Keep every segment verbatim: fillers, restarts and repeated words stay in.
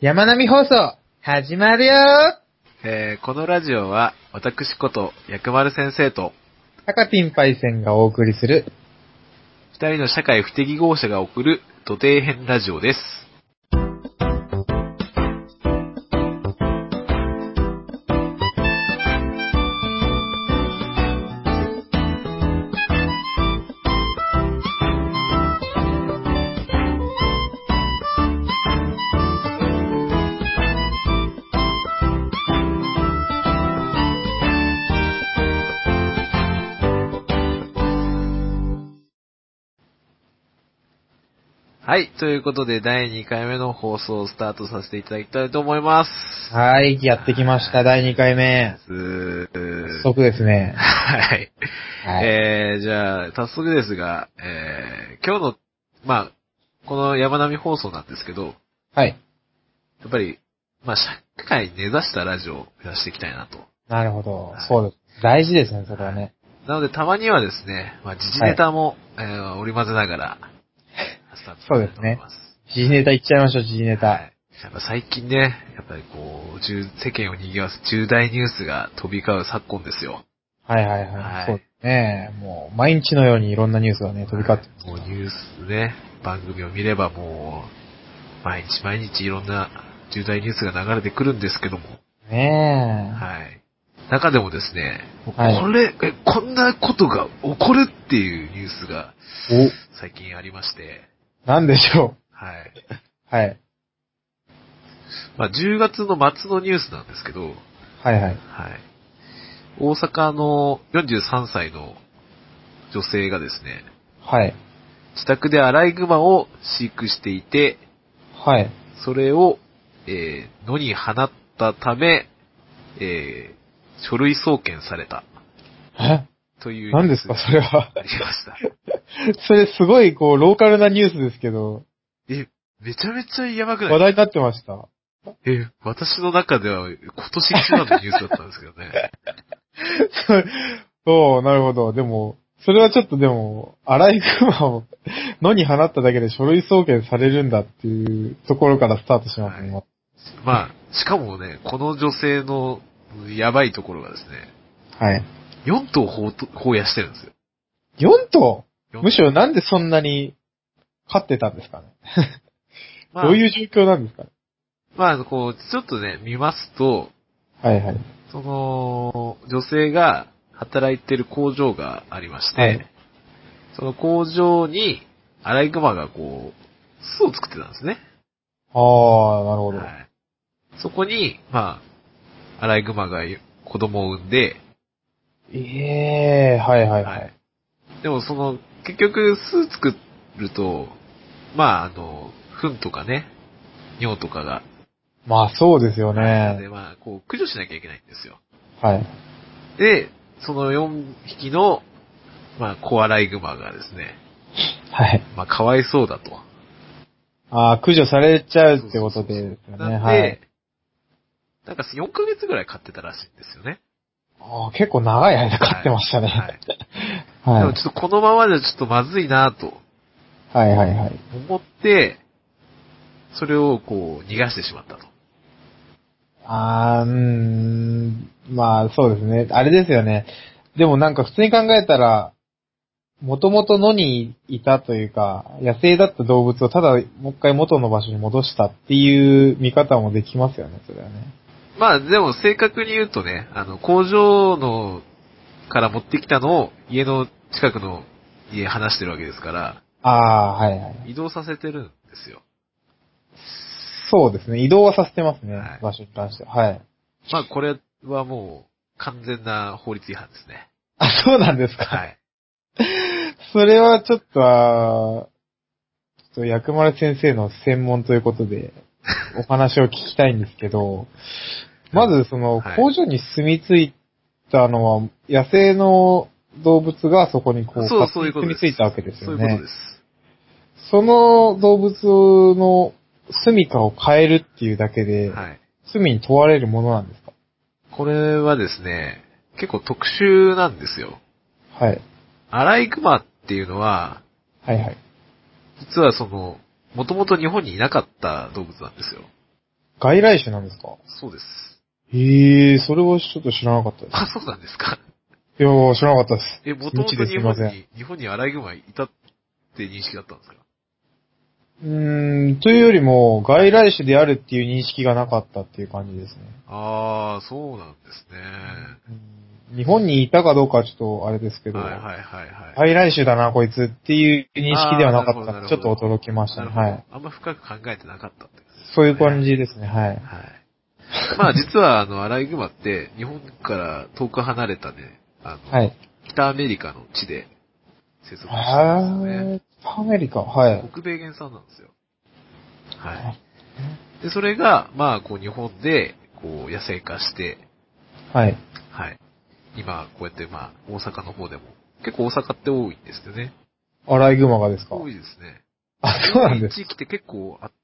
山並放送、始まるよえー、このラジオは、私こと薬丸先生と、 タカピンパイセンがお送りする、 二人の社会不適合者が送る、土底編ラジオです。はい、ということでだいにかいめの放送をスタートさせていただきたいと思います。 はい、やってきました、だいにかいめ。早速ですね。 はい。 はい、 えー、じゃあ、早速ですが、えー、今日の、まあ、この山並放送なんですけど、 はい。 やっぱり、まあ、社会に根ざしたラジオを目指していきたいなと。 なるほど、 はい、 そうです。大事ですね、それはね。はい、 なので、たまにはですね、まあ、時事ネタも、はい、えー、織り交ぜながら、スタートしたいと思います。 時事ネタいっちゃいましょう、時事ネタ。はい。 やっぱ最近ね、やっぱりこう、世間を賑わす重大ニュースが飛び交う昨今ですよ。 はいはいはい。はい、そうですね。もう、毎日のようにいろんなニュースがね、飛び交ってます、 はい。もうニュースね、番組を見ればもう、毎日毎日いろんな重大ニュースが流れてくるんですけども。 ねえ。 はい。中でもですね、はい、これ、え、こんなことが起こるっていうニュースが、最近ありまして。 なんでしょう。 はい。 はい。 まあ、じゅうがつの末のニュースなんですけど、 はいはい。 はい。大阪のよんじゅうさんさいの女性がですね、 はい。 自宅でアライグマを飼育していて、 はい。 それを、えー、野に放ったため、えー、書類送検された。 えという何ですか、それは。 ありました。 それすごい、こう、ローカルなニュースですけど。 え、めちゃめちゃやばくない？ 話題になってました。 え、私の中では今年一番のニュースだったんですけどね。 そう、なるほど。でも、それはちょっとでも、アライグマを野に放っただけで書類送検されるんだっていうところからスタートしますね。はい、 まあ、しかもね、この女性のやばいところがですね、 はい。 よん頭放野してるんですよ。 よん頭？むしろなんでそんなに飼ってたんですかね。まあ、どういう状況なんですかね。 まあ、こう、ちょっとね、見ますと、 はいはい。 その、女性が働いてる工場がありまして、はい、その工場にアライグマがこう、巣を作ってたんですね。 ああ、なるほど。はい、 そこに、まあ、アライグマが子供を産んで、 ええー、はいはいはい。はい、 でもその、結局巣作ると、まあ、あの、糞とかね、尿とかが。 まあそうですよね。 はい、で、まあ、こう、駆除しなきゃいけないんですよ。 はい。 で、そのよんひきの、まあ、子アライグマがですね、 はい。 まあ、かわいそうだと。 ああ、駆除されちゃうってことでですよね。 なんで、はい、なんかよんかげつぐらい飼ってたらしいんですよね。 ああ、結構長い間飼ってましたね。はい。 はい。でもちょっとこのままじゃちょっとまずいなと。 はいはいはい。 思って、それをこう逃がしてしまったと。 あー、うーん、まあそうですね。あれですよね。でもなんか普通に考えたら、もともと野にいたというか、野生だった動物をただもう一回元の場所に戻したっていう見方もできますよね、それはね。 まあでも正確に言うとね、あの工場のから持ってきたのを家の近くの家離してるわけですから。 ああ、はいはい。 移動させてるんですよ。 そうですね。移動はさせてますね。 はい、 場所に関しては。はい。 まあこれはもう完全な法律違反ですね。 あ、そうなんですか。 はい。 それはちょっと、あちょっと薬丸先生の専門ということで、お話を聞きたいんですけど、まずその工場に住み着いたのは、野生の動物がそこにこう、 そうそういうこと住み着いたわけですよね。 そういうことです。 その動物の住処を変えるっていうだけで、はい、罪に問われるものなんですか？ これはですね、結構特殊なんですよ。 はい。 アライグマっていうのは、 はいはい。 実はその、もともと日本にいなかった動物なんですよ。 外来種なんですか？ そうです。 へえ、それはちょっと知らなかったです。 あ、そうなんですか。 いやー、知らなかったです。 え、もとも無知と日本ですいません。 に、日本にアライグマいたって認識だったんですか？ うーん、というよりも、外来種であるっていう認識がなかったっていう感じですね。 あー、そうなんですね。 うん、日本にいたかどうかはちょっとあれですけど、 はいはいはいはい。 外来種だな、こいつっていう認識ではなかったあーなるほどなるほどので、ちょっと驚きましたね。 なるほど。 はい。 あんま深く考えてなかったってことですね。 そういう感じですね、はい。 はい。まあ実はあの、アライグマって日本から遠く離れたね、あの、 はい。 北アメリカの地で生息してるんですよね。 へー、北アメリカ、はい。 北米原産なんですよ。はい。で、それが、まあ、こう日本で、こう野生化して、 はい。 はい。今、こうやってまあ、大阪の方でも、結構大阪って多いんですよね。 アライグマがですか？ 多いですね。 あ、そうなんです。 多い地域って結構あって、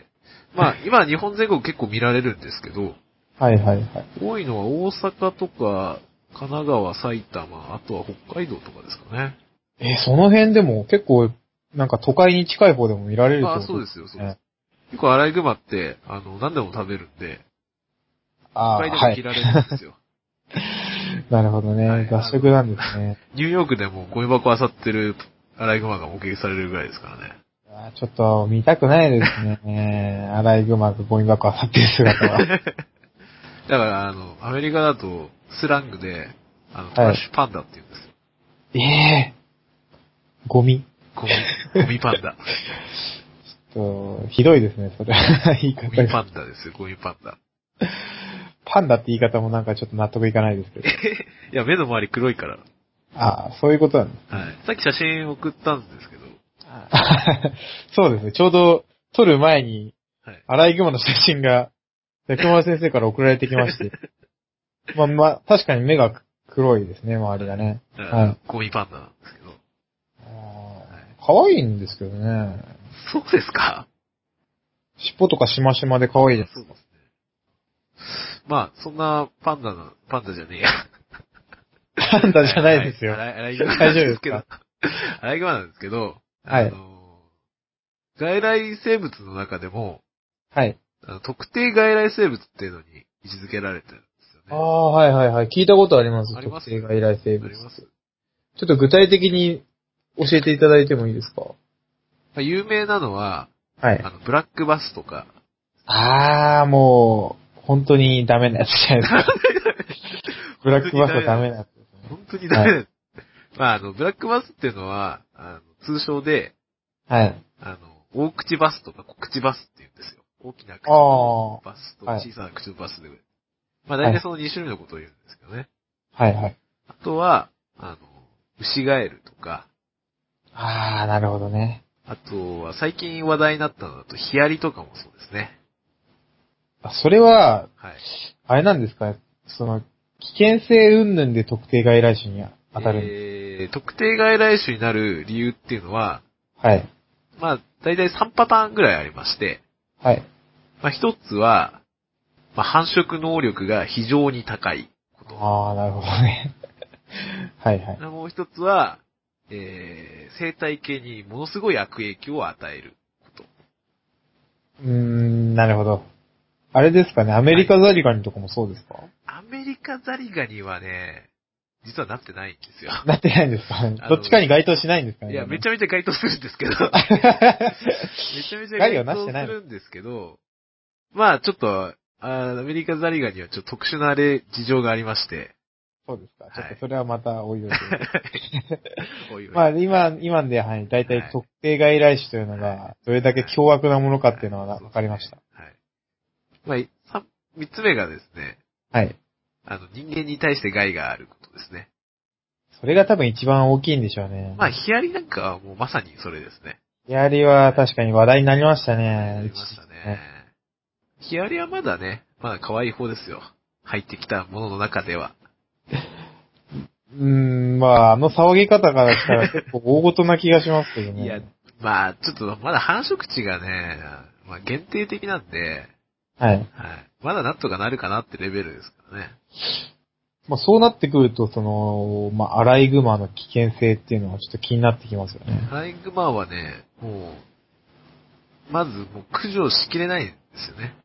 まあ、今日本全国結構見られるんですけど、 はいはいはい。 多いのは大阪とか、神奈川、埼玉、あとは北海道とかですかね。 え、その辺でも結構、なんか都会に近い方でも見られるってああ、 ことそうですよ、そうです。結構アライグマって、あの、何でも食べるんで、 ああ、 都会でもはい。 着られるんですよ。 なるほどね。 はい。 雑食なんですね。 ニューヨークでもゴミ箱漁ってるアライグマが目撃されるぐらいですからね。 あーちょっと見たくないですね。アライグマがゴミ箱漁ってる姿は。 だから、あの、アメリカだと、スラングで、あの、トはい。 ラッシュパンダって言うんですよ。 ええー、ゴミ。 ゴミ、ゴミパンダ。 ちょっと、ひどいですね、それ。言いゴミパ方が。 ンダですよ、ゴミパンダ。 パンダって言い方もなんかちょっと納得いかないですけど。 いや、目の周り黒いから。 ああ、そういうことなんですね。 はい。さっき写真送ったんですけど、 そうですね。ちょうど撮る前に、 はい。 アライグマの写真が、薬丸先生から送られてきまして。まあまあ、確かに目が黒いですね、周りがね。 だからはい。 ゴミパンダなんですけど。 可愛いんですけどね。 そうですか？ 尻尾とかしましまで可愛いです。 そうですね。まあ、そんなパンダの、パンダじゃねえや。 パンダじゃないですよ。 はいはいアライグマな大んですけど、 丈夫ですか？ アライグマなんですけど、 はい。 あの、外来生物の中でも、 はい。 あの特定外来生物っていうのに位置づけられてるんですよね。 ああ、はいはいはい。聞いたことあります。 あります特定外来生物。 あります。 ちょっと具体的に教えていただいてもいいですか？ まあ、有名なのは、 はい。 あの、ブラックバスとか。 ああ、もう、本当にダメなやつじゃないですか。ブラックバスはダメなやつですね。 本当にダメなやつ。まあ、あの、ブラックバスっていうのは、あの、通称で、 はい。 あの、大口バスとか小口バスって言うんですよ。大きな口のバスとはい小さな口のバスで。まあ、 はい大体そのに種類のことを言うんですけどね。 はいはい。 あとは、あの、ウシガエルとか、 ああ、なるほどね。 あとは最近話題になったのだとヒアリとかもそうですね。 あ、それは、 はい。 あれなんですか？その、危険性云々で特定外来種に当たるんです。 えー、特定外来種になる理由っていうのは、 はい。 まあ、大体さんパターンぐらいありまして、 はい。 まあ、一つは、まあ、繁殖能力が非常に高いこと。 ああ、なるほどね。はいはい。 もう一つは、えー、生態系にものすごい悪影響を与えること。 うーん、なるほど。あれですかね、アメリカザリガニとかもそうですか？ アメリカザリガニはね、実はなってないんですよ。 なってないんですか？ あのどっちかに該当しないんですかね？ いや、めちゃめちゃ該当するんですけど。めちゃめちゃ害を該当なしてないの？ するんですけど、まあちょっと、あアメリカザリガニはちょっと特殊なあれ、事情がありまして。 そうですか。 はいちょっとそれはまたおいおい。 おいおい。 まあ今、今ではい、大体特定外来種というのが、どれだけ凶悪なものかっていうのはわかりました。 はい。まあ、三、三つ目がですね、 はい。 あの、人間に対して害があることですね。 それが多分一番大きいんでしょうね。 まあ、ヒアリなんかはもうまさにそれですね。 ヒアリは確かに話題になりましたね。 なりましたね。ヒアリはまだね、まだ可愛い方ですよ。入ってきたものの中では。 うーん、まあ、あの騒ぎ方からしたら結構大事な気がしますけどね。 いや、まあ、ちょっとまだ繁殖地がね、まあ限定的なんで、 はい。 はい。まだなんとかなるかなってレベルですからね。 まあそうなってくると、その、まあアライグマの危険性っていうのはちょっと気になってきますよね。 アライグマはね、もう、まずもう駆除しきれないんですよね。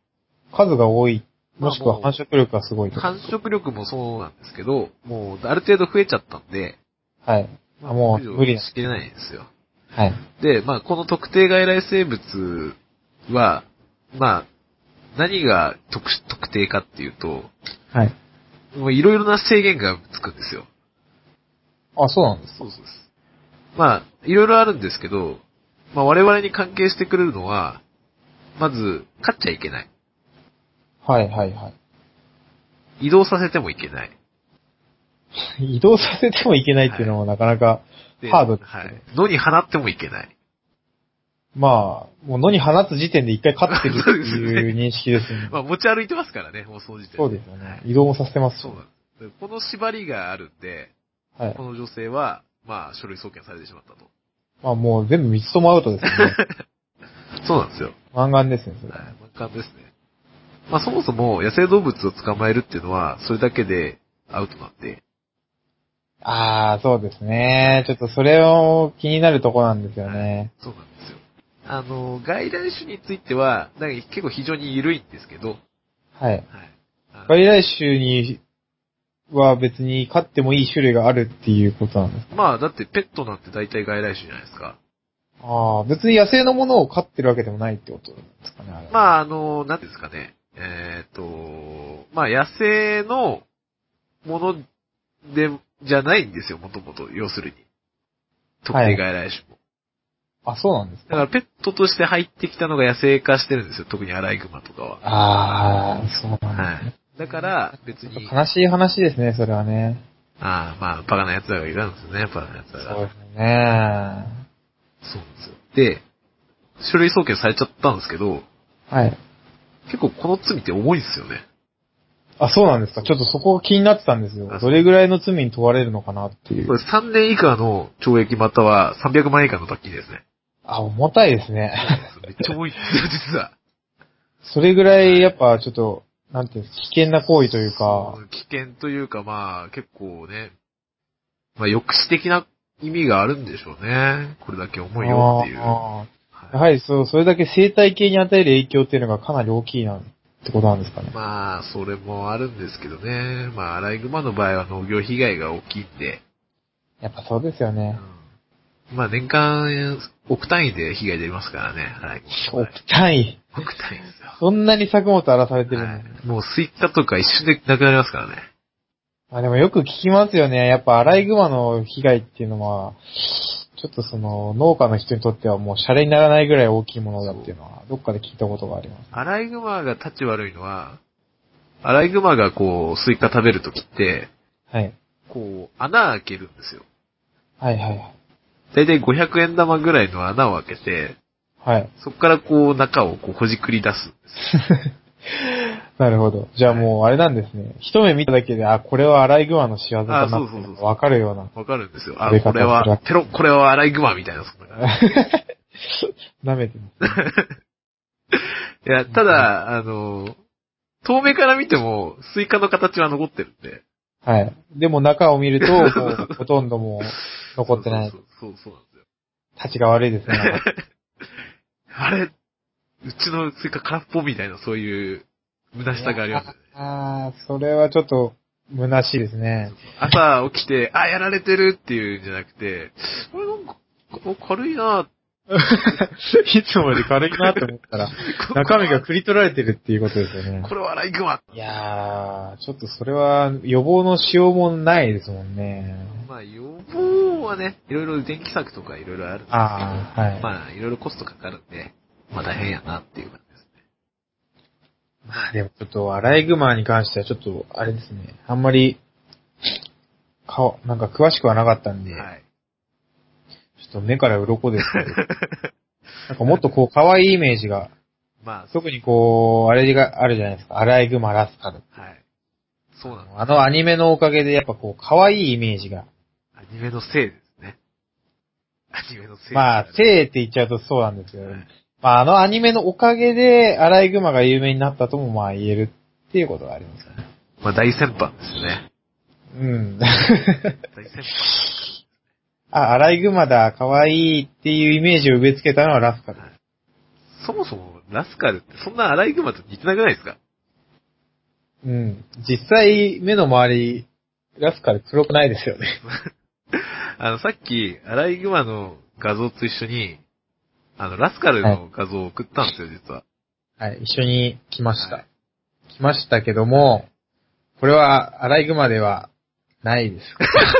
数が多い、 まあもしくは繁殖力がすごいとか。 繁殖力もそうなんですけど、もうある程度増えちゃったんで、 はい。あ、もう無理な。 しきれないんですよ。 はい。 で、まあこの特定外来生物は、まあ、何が特特定かっていうと、 はい。 もういろいろな制限がつくんですよ。 あ、そうなんですか。 そうそうです。まあ、いろいろあるんですけど、まあ我々に関係してくれるのは、まず、飼っちゃいけない。 はいはいはい。 移動させてもいけない。 移動させてもいけないっていうのもなかなかでハードですはけど。 い。野に放ってもいけない。 まあ、もう野に放つ時点で一回飼ってるっていう認識ですね。 まあ持ち歩いてますからね、もうその時点で。 そうですよね。移動もさせてますし。 そうなんです。でこの縛りがあるんで、 はい。 この女性は、まあ書類送検されてしまったと。 まあもう全部三つともアウトですよね。 そうなんですよ。 満願ですね、それ。 はい、満貫ですね。まあそもそも野生動物を捕まえるっていうのは、それだけでアウトなんで。 ああ、そうですね。ちょっとそれを気になるとこなんですよね。 はい、そうなんですよ。あの、外来種については、なんか結構非常に緩いんですけど、 はい。 はい。 外来種には別に飼ってもいい種類があるっていうことなんですか？ まあ、だってペットなんて大体外来種じゃないですか。 ああ、別に野生のものを飼ってるわけでもないってことなんですかね、あれ。 まあ、あの、なんですかね。えっ、と、まあ、野生のもので、じゃないんですよ、もともと、要するに。特定外来種も。 あ、そうなんですか。 だからペットとして入ってきたのが野生化してるんですよ、特にアライグマとかは。 ああ、そうなんですね。 はい。だから、別に。 悲しい話ですね、それはね。 ああ、まあ、バカな奴らがいたんですよね、バカな奴らが。 そうですね。 そうなんですよ。で、書類送検されちゃったんですけど、 はい。 結構この罪って重いんですよね。 あ、そうなんですか。ちょっとそこが気になってたんですよ。どれぐらいの罪に問われるのかなっていう。 これさんねん以下の懲役またはさんびゃくまん円以下の罰金ですね。 あ、重たいですね。 めっちゃ重いんですよ、実は。 それぐらい、やっぱちょっと、なんていうんですか、危険な行為というか。 危険というか、まあ、結構ね、まあ、抑止的な意味があるんでしょうね。これだけ重いよっていう。 あやはりそう、それだけ生態系に与える影響っていうのがかなり大きいなってことなんですかね。 まあ、それもあるんですけどね。まあ、アライグマの場合は農業被害が大きいんで。 やっぱそうですよね。 うん、まあ、年間、億単位で被害出ますからね、アライグマ。 億単位。 億単位ですよ。 そんなに作物荒らされてるのに、はい、 もうスイカとか一瞬でなくなりますからね。 あ、でもよく聞きますよね。やっぱアライグマの被害っていうのは、ちょっとその農家の人にとってはもうシャレにならないぐらい大きいものだっていうのは、どっかで聞いたことがあります。 アライグマが立ち悪いのは、アライグマがこう、スイカ食べるときって、 はい。 こう、穴開けるんですよ。 はいはいはい。 だいたいごひゃくえん玉ぐらいの穴を開けて、 はい。 そこからこう、中をこう、ほじくり出すんですなるほど。じゃあもうあれなんですね。はい、一目見ただけで、あ、これはアライグマの仕業だなってわかるような。 わかるんですよ。あ、これは、ペロ、これはアライグマみたいな。 舐めてます、ね。 いや、ただ、あの、遠目から見ても、スイカの形は残ってるんで。 はい。でも中を見ると、もうほとんどもう残ってない。 そうそうそうそうなんですよ。 立ちが悪いですね。 あれ、うちのスイカ空っぽみたいな、そういう虚しさがありますよね。 ああ、それはちょっと虚しいですね。 朝起きて、あ、やられてるっていうんじゃなくて、あれなんか、軽いないつもより軽いなって思ったら、中身がくり取られてるっていうことですよね。 これはアライグマ。 いやー、ちょっとそれは予防のしようもないですもんね。 まあ予防はね、いろいろ電気柵とかいろいろあるんですけど、 あー、はい。 まあいろいろコストかかるんで、まあ大変やなっていう感じですね。 まあでもちょっとアライグマに関してはちょっと、あれですね、あんまり、か、なんか詳しくはなかったんで、はい、ちょっと目から鱗ですけど、なんかもっとこう可愛いイメージが、まあ、特にこう、あれがあるじゃないですか、アライグマラスカル。はい。そうなの。あのアニメのおかげでやっぱこう、可愛いイメージが。 アニメのせいですね。アニメのせい、ね。 まあ、せいって言っちゃうとそうなんですよ、はい。まあ、あのアニメのおかげで、アライグマが有名になったともまあ言えるっていうことがありますよね。 まあ大先輩ですよね。 うん。大先輩。あ、アライグマだ、可愛いっていうイメージを植え付けたのはラスカル。はい、 そもそもラスカルってそんなアライグマと似てなくないですか？ うん。実際、目の周り、ラスカル黒くないですよね。 あの、さっき、アライグマの画像と一緒に、あの、ラスカルの画像を送ったんですよ、実は。 はい、一緒に来ました。 はい、 来ましたけども、これはアライグマではないです。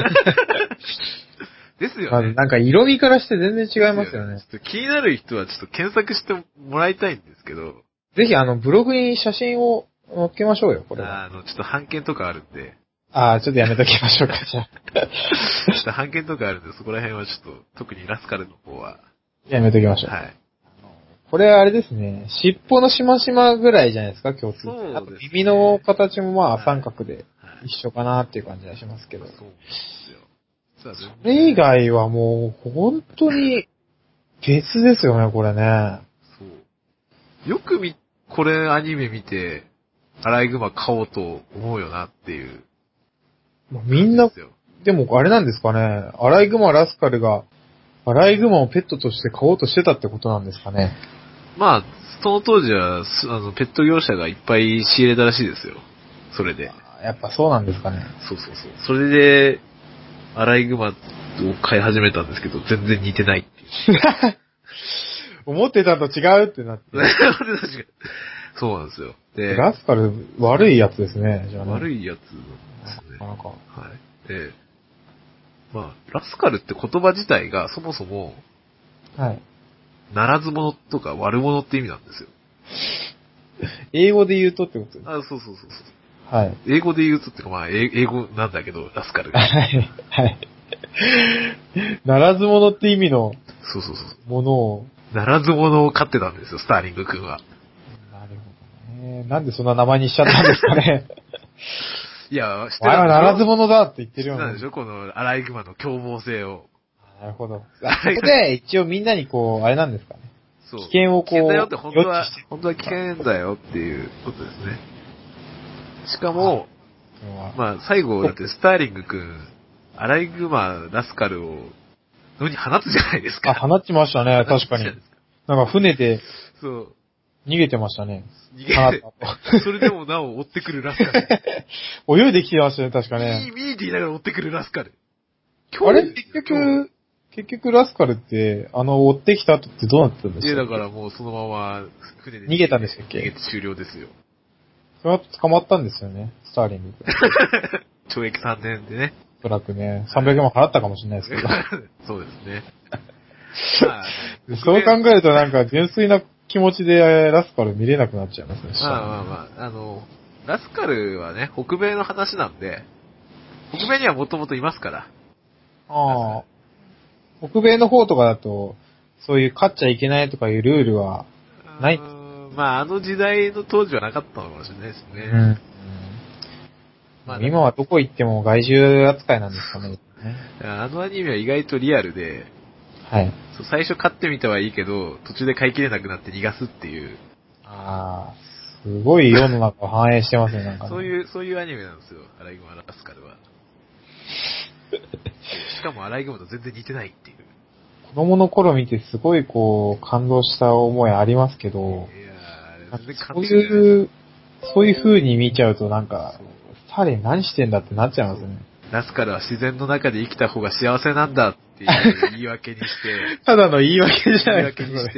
ですよね。 まずなんか色味からして全然違いますよね。 ちょっと気になる人はちょっと検索してもらいたいんですけど。 ぜひあの、ブログに写真を載っけましょうよ、これは。 あの、ちょっと版権とかあるんで。 ああ、ちょっとやめときましょうか、じゃあ。 ちょっと版権とかあるんで、そこら辺はちょっと、特にラスカルの方は。 やめときましょう。 はい。 これはあれですね、尻尾のしましまぐらいじゃないですか、共通。 そうですね。 あと耳の形もまあはい三角で一緒かなっていう感じがしますけど。 そうなんですよ。 それ以外はもう、本当に、別ですよね、これね。 そう。よくみ、これアニメ見て、アライグマ買おうと思うよなっていう。 もうみんな、でもあれなんですかね、アライグマラスカルが、アライグマをペットとして買おうとしてたってことなんですかね。 まあ、その当時は、あの、ペット業者がいっぱい仕入れたらしいですよ。それで。 やっぱそうなんですかね。 そうそうそう。それで、アライグマを飼い始めたんですけど、全然似てないっていう。 思ってたと違うってなって。 そうなんですよ。で、 ラスカル悪いやつですね、じゃあね。 悪いやつですね。 なかなか。 はい。で、まあ、ラスカルって言葉自体がそもそも、 はい。 ならず者とか悪者って意味なんですよ。 英語で言うとってことです。 あ、そうそうそうそう。 はい。 英語で言うとっていうか、まあ、英語なんだけど、ラスカルが。 はい。はい。ならず者って意味のそうそうそう。 ものを。 ならず者を飼ってたんですよ、スターリング君は。 なるほどね。なんでそんな名前にしちゃったんですかね。 いや、知ってお前はならず者だって言ってるような。 なんでしょこのアライグマの凶暴性を。 なるほど。そこで一応みんなにこう、あれなんですかね。 そう。 危険をこう、 危険だよって本当は予知して、 本当は危険だよっていうことですね。しかも、まあ最後だってスターリング君、アライグマ、ラスカルを野に放つじゃないですか。 あ、放ちましたね、確かに。なんか船で、 そう。 逃げてましたね。 逃げて、それでもなお追ってくるラスカル。 泳いできてましたね、確かね。 ミー、ミーって言いながら追ってくるラスカル。 あれ結局、結局ラスカルって、あの、追ってきた後ってどうなってたんですか？ いや、だからもうそのまま船で逃げたんでしたっけ？ 逃げて終了ですよ。 その後捕まったんですよね、スターリング。 懲役さんねんでね。 おそらくね、さんびゃくまん払ったかもしれないですけど。 そうですね。まあ、 そう考えるとなんか純粋な気持ちでラスカル見れなくなっちゃいますね。 まあまあまあ、あの、ラスカルはね、北米の話なんで、北米にはもともといますから。 ああ。北米の方とかだと、そういう勝っちゃいけないとかいうルールはない。 まあ、あの時代の当時はなかったのかもしれないですね。 うん。まあ、今はどこ行っても害獣扱いなんですかね。 あのアニメは意外とリアルで、 はい。 そう最初飼ってみてはいいけど、途中で飼いきれなくなって逃がすっていう。 ああ、すごい世の中を反映してますね、なんか、ね。 そういう、そういうアニメなんですよ、アライグマラスカルは。しかもアライグマと全然似てないっていう。 子供の頃見てすごいこう、感動した思いありますけど、いやー、全然感動そういう、そういう風に見ちゃうとなんか、スターリン何してんだってなっちゃいますよね。 ラスカルは自然の中で生きた方が幸せなんだっていう言い訳にして、 ただの言い訳じゃないですか。言い訳にして、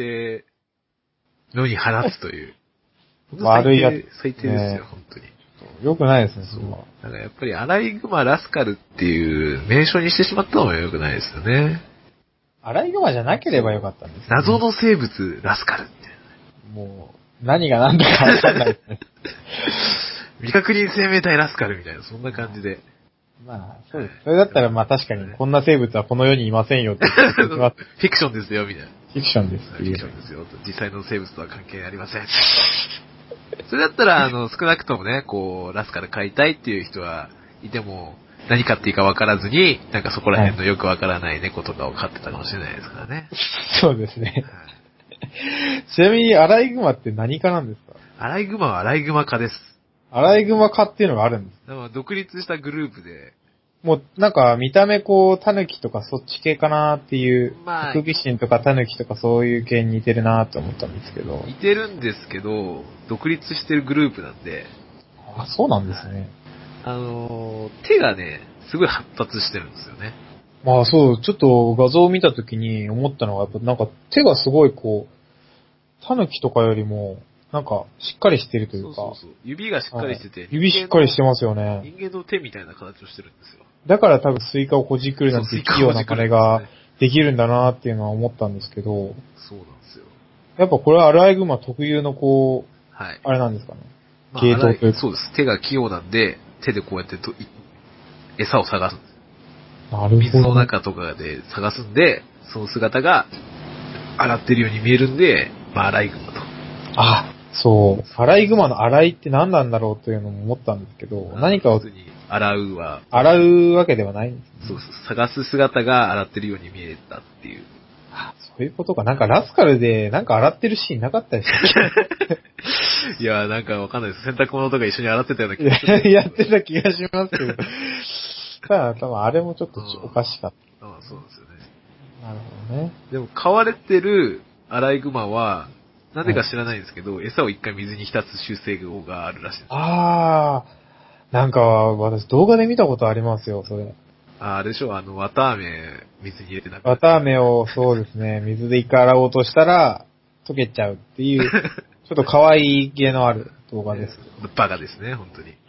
野に放つという。 悪いやつ。 最低ですよ、本当に。 よくないですね、それは。 だからやっぱりアライグマラスカルっていう名称にしてしまったのは良くないですよね。 アライグマじゃなければよかったんです、ね、 謎の生物ラスカルって。 もう、何が何だかわかんないですね。 未確認生命体ラスカルみたいな、そんな感じで。 まあ、そうです。それだったら、まあ確かに、こんな生物はこの世にいませんよって言ってます。 フィクションですよ、みたいな。 フィクションですフィクションですよ。実際の生物とは関係ありません。それだったら、あの、少なくともね、こう、ラスカル飼いたいっていう人はいても、何飼っていいか分からずに、なんかそこら辺のよく分からない猫とかを飼ってたかもしれないですからね。 そうですね。ちなみに、アライグマって何科なんですか？ アライグマはアライグマ科です。 アライグマ科っていうのがあるんです。 だから独立したグループで、 もうなんか見た目こう、タヌキとかそっち系かなっていう、 まあハクビシンとかタヌキとかそういう系に似てるなと思ったんですけど。 似てるんですけど、独立してるグループなんで、 あ、そうなんですね。 あのー、手がね、すごい発達してるんですよね。 まあそう、ちょっと画像を見たときに思ったのが、やっぱなんか手がすごいこう、タヌキとかよりも、なんかしっかりしてるというか。 そうそうそう。指がしっかりしてて、 はい指しっかりしてますよね。 人間の手みたいな形をしてるんですよ。 だから多分スイカをほじくるなんて器用な真似ができるんだなっていうのは思ったんですけど、 そうなんですよ。 やっぱこれはアライグマ特有のこう、 はい。 あれなんですかね。 まあ系統というか。 そうです。手が器用なんで、手でこうやってとい餌を探す。 なるほど、ね。 水の中とかで探すんで、その姿が洗ってるように見えるんで、まあアライグマと。 あ、そう。アライグマの洗いって何なんだろうというのも思ったんですけど、何かを普通に洗うは、 洗うわけではないんですね。 そうそう、探す姿が洗ってるように見えたっていう。 あ、そういうことか。なんかラスカルでなんか洗ってるシーンなかったでしたっけいや、なんかわかんないです。洗濯物とか一緒に洗ってたような気がすける。 やってた気がしますけど。ただ、多分あれもちょっとおかしかっああ、そうですよね。 た。なるほどね。 でも、飼われてるアライグマは、なぜか知らないんですけど、はい、餌を一回水に浸す習性があるらしいです。 あー、なんか、私動画で見たことありますよ、それ。 あ、あれでしょ、あの、綿飴水に入れてなくて。 綿飴を、そうですね、水で一回洗おうとしたら、溶けちゃうっていう、ちょっと可愛い芸のある動画です。 バカですね、本当に。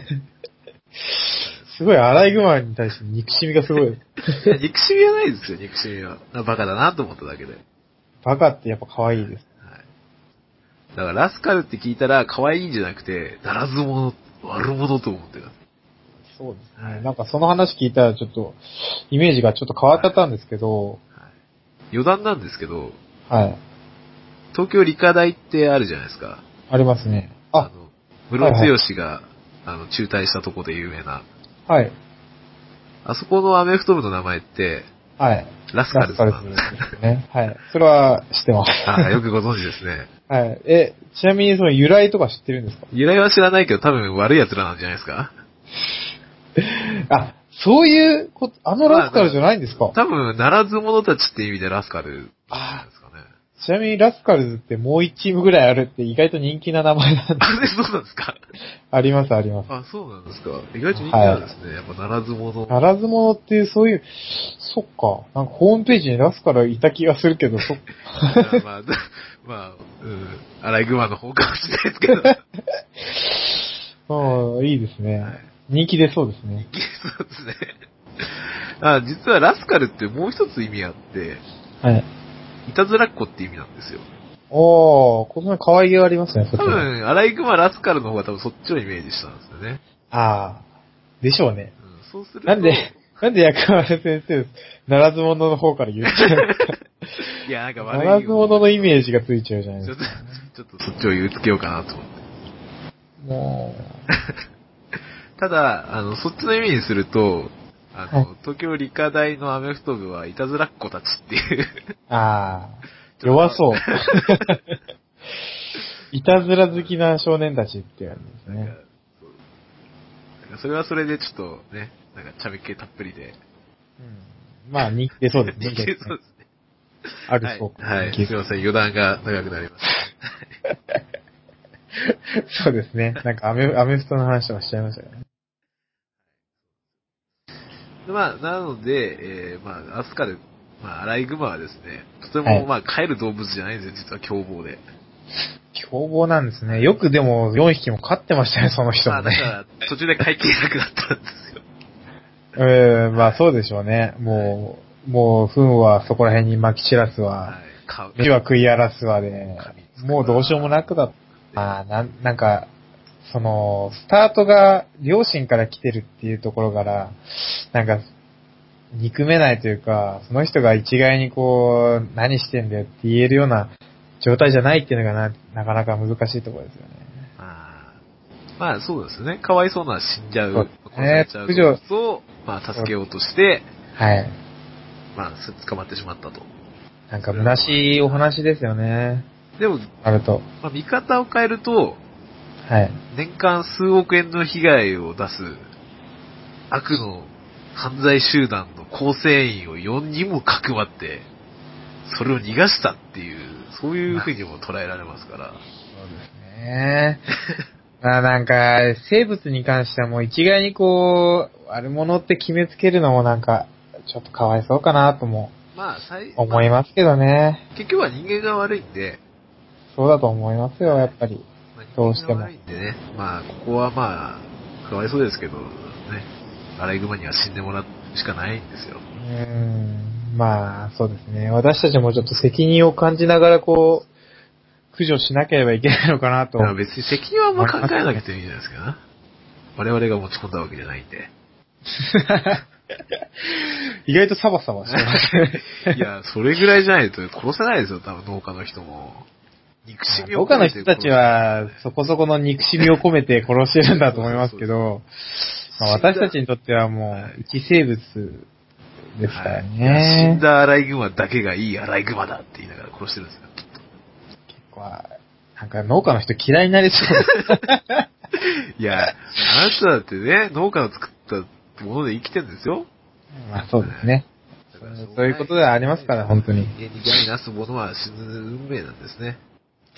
すごい、アライグマに対して憎しみがすごい。いや、憎しみはないですよ、憎しみは。バカだなと思っただけで。 バカってやっぱ可愛いです。 はい。だから、ラスカルって聞いたら、可愛いんじゃなくて、ならず者、悪者と思ってた。 そうですね。なんかその話聞いたらちょっと、イメージがちょっと変わっちゃったんですけど、はいはい、 余談なんですけど、 はい。 東京理科大ってあるじゃないですか。 ありますね。あ、 あの、室剛が、はいはい、あの、中退したとこで有名な。 はい。 あそこのアメフト部の名前って、 はい。 ラスカルズなんですね。はい。それは知ってます。 あ、よくご存知ですね。 はい。え、ちなみにその由来とか知ってるんですか？ 由来は知らないけど多分悪い奴らなんじゃないですか？ あ、そういうこと、あのラスカルじゃないんですか？まあ、 多分、ならず者たちって意味でラスカルですかね。 ちなみにラスカルズってもう一チームぐらいあるって意外と人気な名前なんで。 あれ、そうなんですか？ ありますあります。 あ、そうなんですか。意外と人気なんですね。はい、やっぱならず者。 ならず者っていうそういう、そっか。なんかホームページにラスカルいた気がするけど、そっか。 まあ、まあ、うん。アライグマの方かもしれないですけど。 ああ、いいですね。はい、人気出そうですね。 人気出そうですね。あ、実はラスカルってもう一つ意味あって、 はい。 いたずらっ子って意味なんですよ。 おー、この可愛げがありますね、そっち多分、アライグマラスカルの方が多分そっちをイメージしたんですよね。 ああ、でしょうね。 うん、そうすると。 なんで、なんで薬丸先生、ならず者の方から言っちゃうんですか？ いや、なんか悪い。 ならず者のイメージがついちゃうじゃないですか。 ちょっと、ちょっとそっちを言うつけようかなと思って。 もう。ただ、あの、そっちの意味にすると、あの、はい、東京理科大のアメフト部はいたずらっ子たちっていう。 ああ、弱そう。いたずら好きな少年たちってやるんですね。なんかなんかそれはそれでちょっとね、なんかちゃめっ気たっぷりで。 うん、まあ、人気出そうですね。 人気出そうですね。 あるそう。 はい。はい、すいません、余談が長くなりました。 そうですね。なんかアメ、アメフトの話とかしちゃいましたよね。 まあ、なので、えー、まあ、アスカル、まあ、アライグマはですね、とても、はい、まあ、飼える動物じゃないんですよ、実は凶暴で。 凶暴なんですね。よくでもよんひきも飼ってましたね、その人もね。 まあ、だから、途中で飼い切れなくなったんですよ。 ええー、まあそうでしょうね。もう、はい、もう、糞はそこら辺に撒き散らすわ。はい、火は食い荒らすわで、もうどうしようもなくだった。まあ、な、なんか、その、スタートが両親から来てるっていうところから、なんか、憎めないというか、その人が一概にこう、何してんだよって言えるような状態じゃないっていうのがな、なかなか難しいところですよね。 あまあそうですね。かわいそうな死んじゃう、殺されちゃう動物を、まあ助けようとして、 はい。 まあ捕まってしまったと。 なんか虚しいお話ですよね。 でも、 あると。 まあ見方を変えると、 はい。 年間数億円の被害を出す悪の犯罪集団の構成員をよにんもかくまって、それを逃がしたっていう、そういう風にも捉えられますから。そうですね。まあなんか、生物に関してはもう一概にこう、悪者って決めつけるのもなんか、ちょっとかわいそうかなとも、 まあ、最思いますけどね、 まあ。結局は人間が悪いんで。 そうだと思いますよ、やっぱり。 まあ、 どうしても。 人間が悪いんでね。まあ、ここはまあ、かわいそうですけど、ね。アライグマには死んでもらうしかないんですよ。 うーん。まあ、そうですね。私たちもちょっと責任を感じながらこう、駆除しなければいけないのかなと。 別に責任はあんま考えなくてもいいんじゃないですかな。我々が持ち込んだわけじゃないんで。 意外とサバサバしてますいや、それぐらいじゃないと殺せないですよ、多分農家の人も。憎しみを農家の人たちは、そこそこの憎しみを込めて殺してるんだと思いますけど、まあ、私たちにとってはもう、一生物ですからね。 はい、死んだアライグマだけがいいアライグマだって言いながら殺してるんですよ、きっと。 結構、なんか農家の人嫌いになりそういや、あなただってね、農家の作ったもので生きてるんですよ。 まあそうですね。そういうことではありますから、本当に。 人間に害なすものは死ぬ運命なんですね。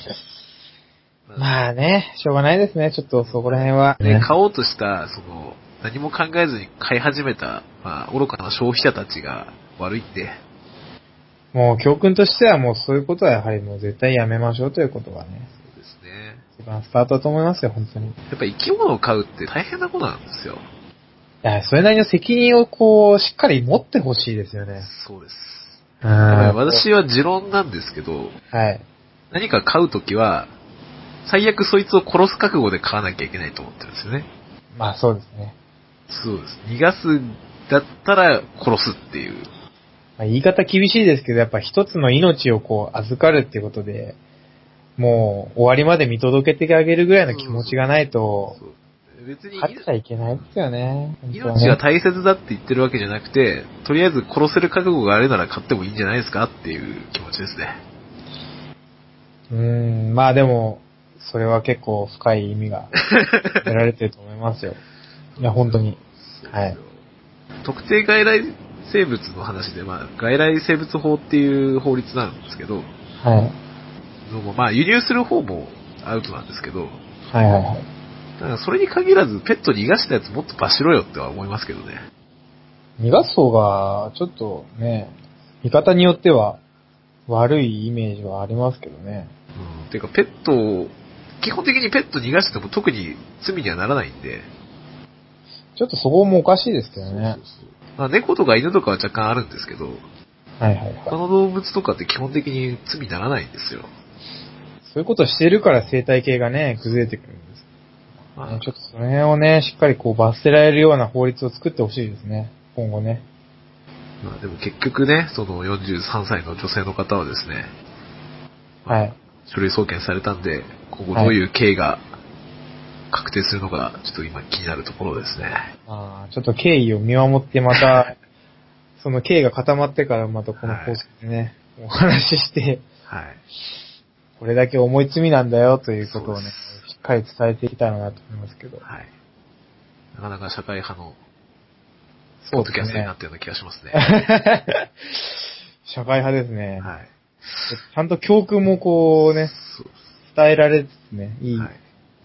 まあね、しょうがないですね、ちょっとそこら辺は。 ね、買おうとした、その、何も考えずに買い始めた、まあ、愚かな消費者たちが悪いって。 もう教訓としてはもうそういうことはやはりもう絶対やめましょうということがね。 そうですね。 一番スタートだと思いますよ、本当に。やっぱ生き物を飼うって大変なことなんですよ。 いや、それなりの責任をこう、しっかり持ってほしいですよね。 そうです。 うん。 私は持論なんですけど、 はい。 何か飼うときは、最悪そいつを殺す覚悟で飼わなきゃいけないと思ってるんですよね。 まあそうですね。 そうです。逃がすだったら殺すっていう。 まあ、言い方厳しいですけど、やっぱ一つの命をこう預かるっていうことで、もう終わりまで見届けてあげるぐらいの気持ちがないと、 そうそう別に飼っちゃいけないですよね。 命が大切だって言ってるわけじゃなくて、とりあえず殺せる覚悟があるなら飼ってもいいんじゃないですかっていう気持ちですね。 うーん、まあでも、それは結構深い意味が得られてると思いますよ。いや、本当に。はい。 特定外来生物の話で、まあ、外来生物法っていう法律なんですけど、 はい。 まあ、輸入する方もアウトなんですけど、 はいはいはい。 だからそれに限らず、ペット逃がしたやつもっとバシろよっては思いますけどね。 逃がす方が、ちょっとね、見方によっては悪いイメージはありますけどね。 うん。ていうか、ペットを、基本的にペット逃がしても特に罪にはならないんで。 ちょっとそこもおかしいですけどね。 そうそうそう。まあ、猫とか犬とかは若干あるんですけど、 はいはいはい。 他の動物とかって基本的に罪にならないんですよ。 そういうことしてるから生態系がね、崩れてくるんです。まあね、ちょっとその辺をね、しっかりこう罰せられるような法律を作ってほしいですね。今後ね。 まあでも結局ね、そのよんじゅうさんさいの女性の方はですね、 はい。 書類送検されたんで、今後どういう経緯が確定するのか、ちょっと今気になるところですね。 まあ、ちょっと経緯を見守ってまた、その経緯が固まってからまたこの放送でね、はい、お話しして、 はい。 これだけ重い罪なんだよということをね、しっかり伝えていきたいなと思いますけど。 はい。なかなか社会派のポッドそうですね。 キャストになってるような気がしますね。 社会派ですね。 はい。 ちゃんと教訓もこうね、伝えられつつね、いい、はい、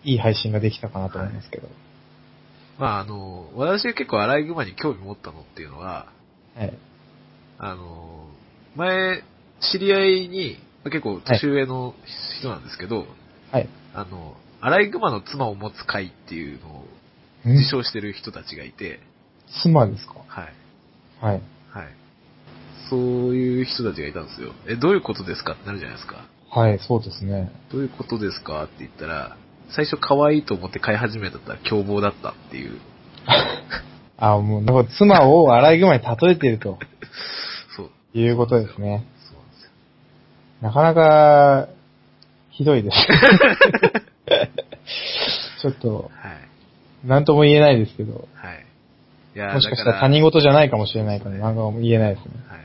いい配信ができたかなと思いますけど。はい、 まああの、私が結構アライグマに興味持ったのっていうのは、 はい。 あの、前、知り合いに、結構年上の人なんですけど、 はい。 あの、アライグマの妻を持つ会っていうのを自称してる人たちがいて、 妻ですか？ はい。 はい。 はい。そういう人たちがいたんですよ。え、どういうことですかってなるじゃないですか。 はい、そうですね。 どういうことですかって言ったら、最初可愛いと思って飼い始めたら凶暴だったっていう。 あ、もう、なんか妻をアライグマに例えていると。 そう。 いうことですね。 そうなんですよ。 なかなか、ひどいです。ちょっと、はい。なんとも言えないですけど。はい。いやもしかしたら他人事じゃないかもしれないから、なんかも言えないですね。はい。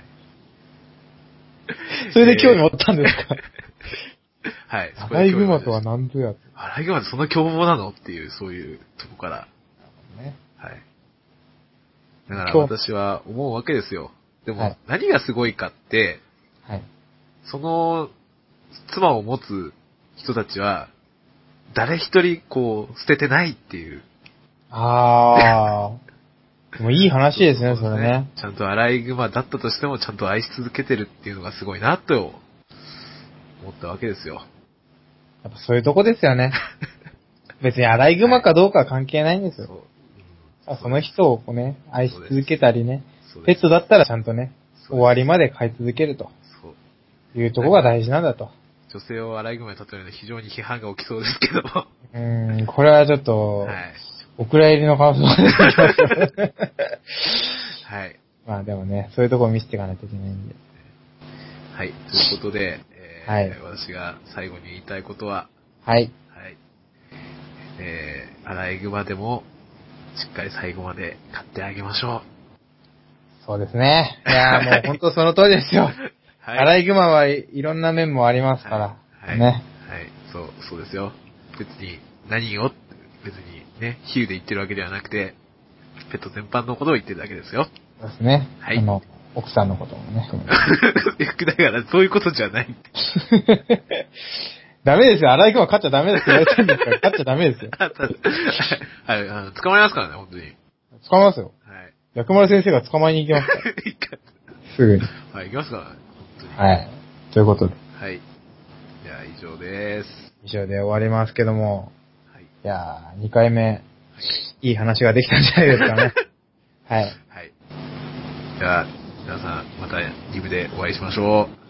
それで興味持ったんですか？ はい。 アライグマとは何ぞや。 アライグマってそんな凶暴なのっていう、そういうとこから。 ね。 はい。 だから私は思うわけですよ。でも、何がすごいかって、はい、その、妻を持つ人たちは、誰一人、こう、捨ててないっていう。 ああ。でもいい話ですね、そ, そうですねそれね。 ちゃんとアライグマだったとしても、ちゃんと愛し続けてるっていうのがすごいな、と思ったわけですよ。 やっぱそういうとこですよね。別にアライグマかどうかは関係ないんですよ。はいそ, うん、その人をこうね、愛し続けたりね、ペットだったらちゃんとね、終わりまで飼い続けると。そういうとこが大事なんだと。 女性をアライグマに例えるのは非常に批判が起きそうですけども。 うーん、これはちょっと、はい、お蔵入りの可能性も出てきますはい。まあでもね、そういうとこを見せていかないといけないんで。 はい、ということで、えーはい、私が最後に言いたいことは、はい。はい。えー、アライグマでも、しっかり最後まで飼ってあげましょう。 そうですね。いやーもう本当その通りですよ。はい、アライグマはいろんな面もありますから。 はい。 ね。 はい。そう、そうですよ。別に何を、別にね、比喩で言ってるわけではなくて、ペット全般のことを言ってるだけですよ。 そうですね。はい。あの、奥さんのこともね。 だからそういうことじゃないって。 ダメですよ。アライグマ飼っちゃダメですって言われてるんですから、飼っちゃダメですよ。 はい、あの、捕まえますからね、本当に。 捕まえますよ。はい。薬丸先生が捕まえに行きますから。すぐに。 はい、行きますからね、 本当に。はい。ということで。 はい。じゃあ、以上です。 以上で終わりますけども。はい。いやー、にかいめ、はい、いい話ができたんじゃないですかね。はい。はい。 じゃあ、皆さん、またに部でお会いしましょう。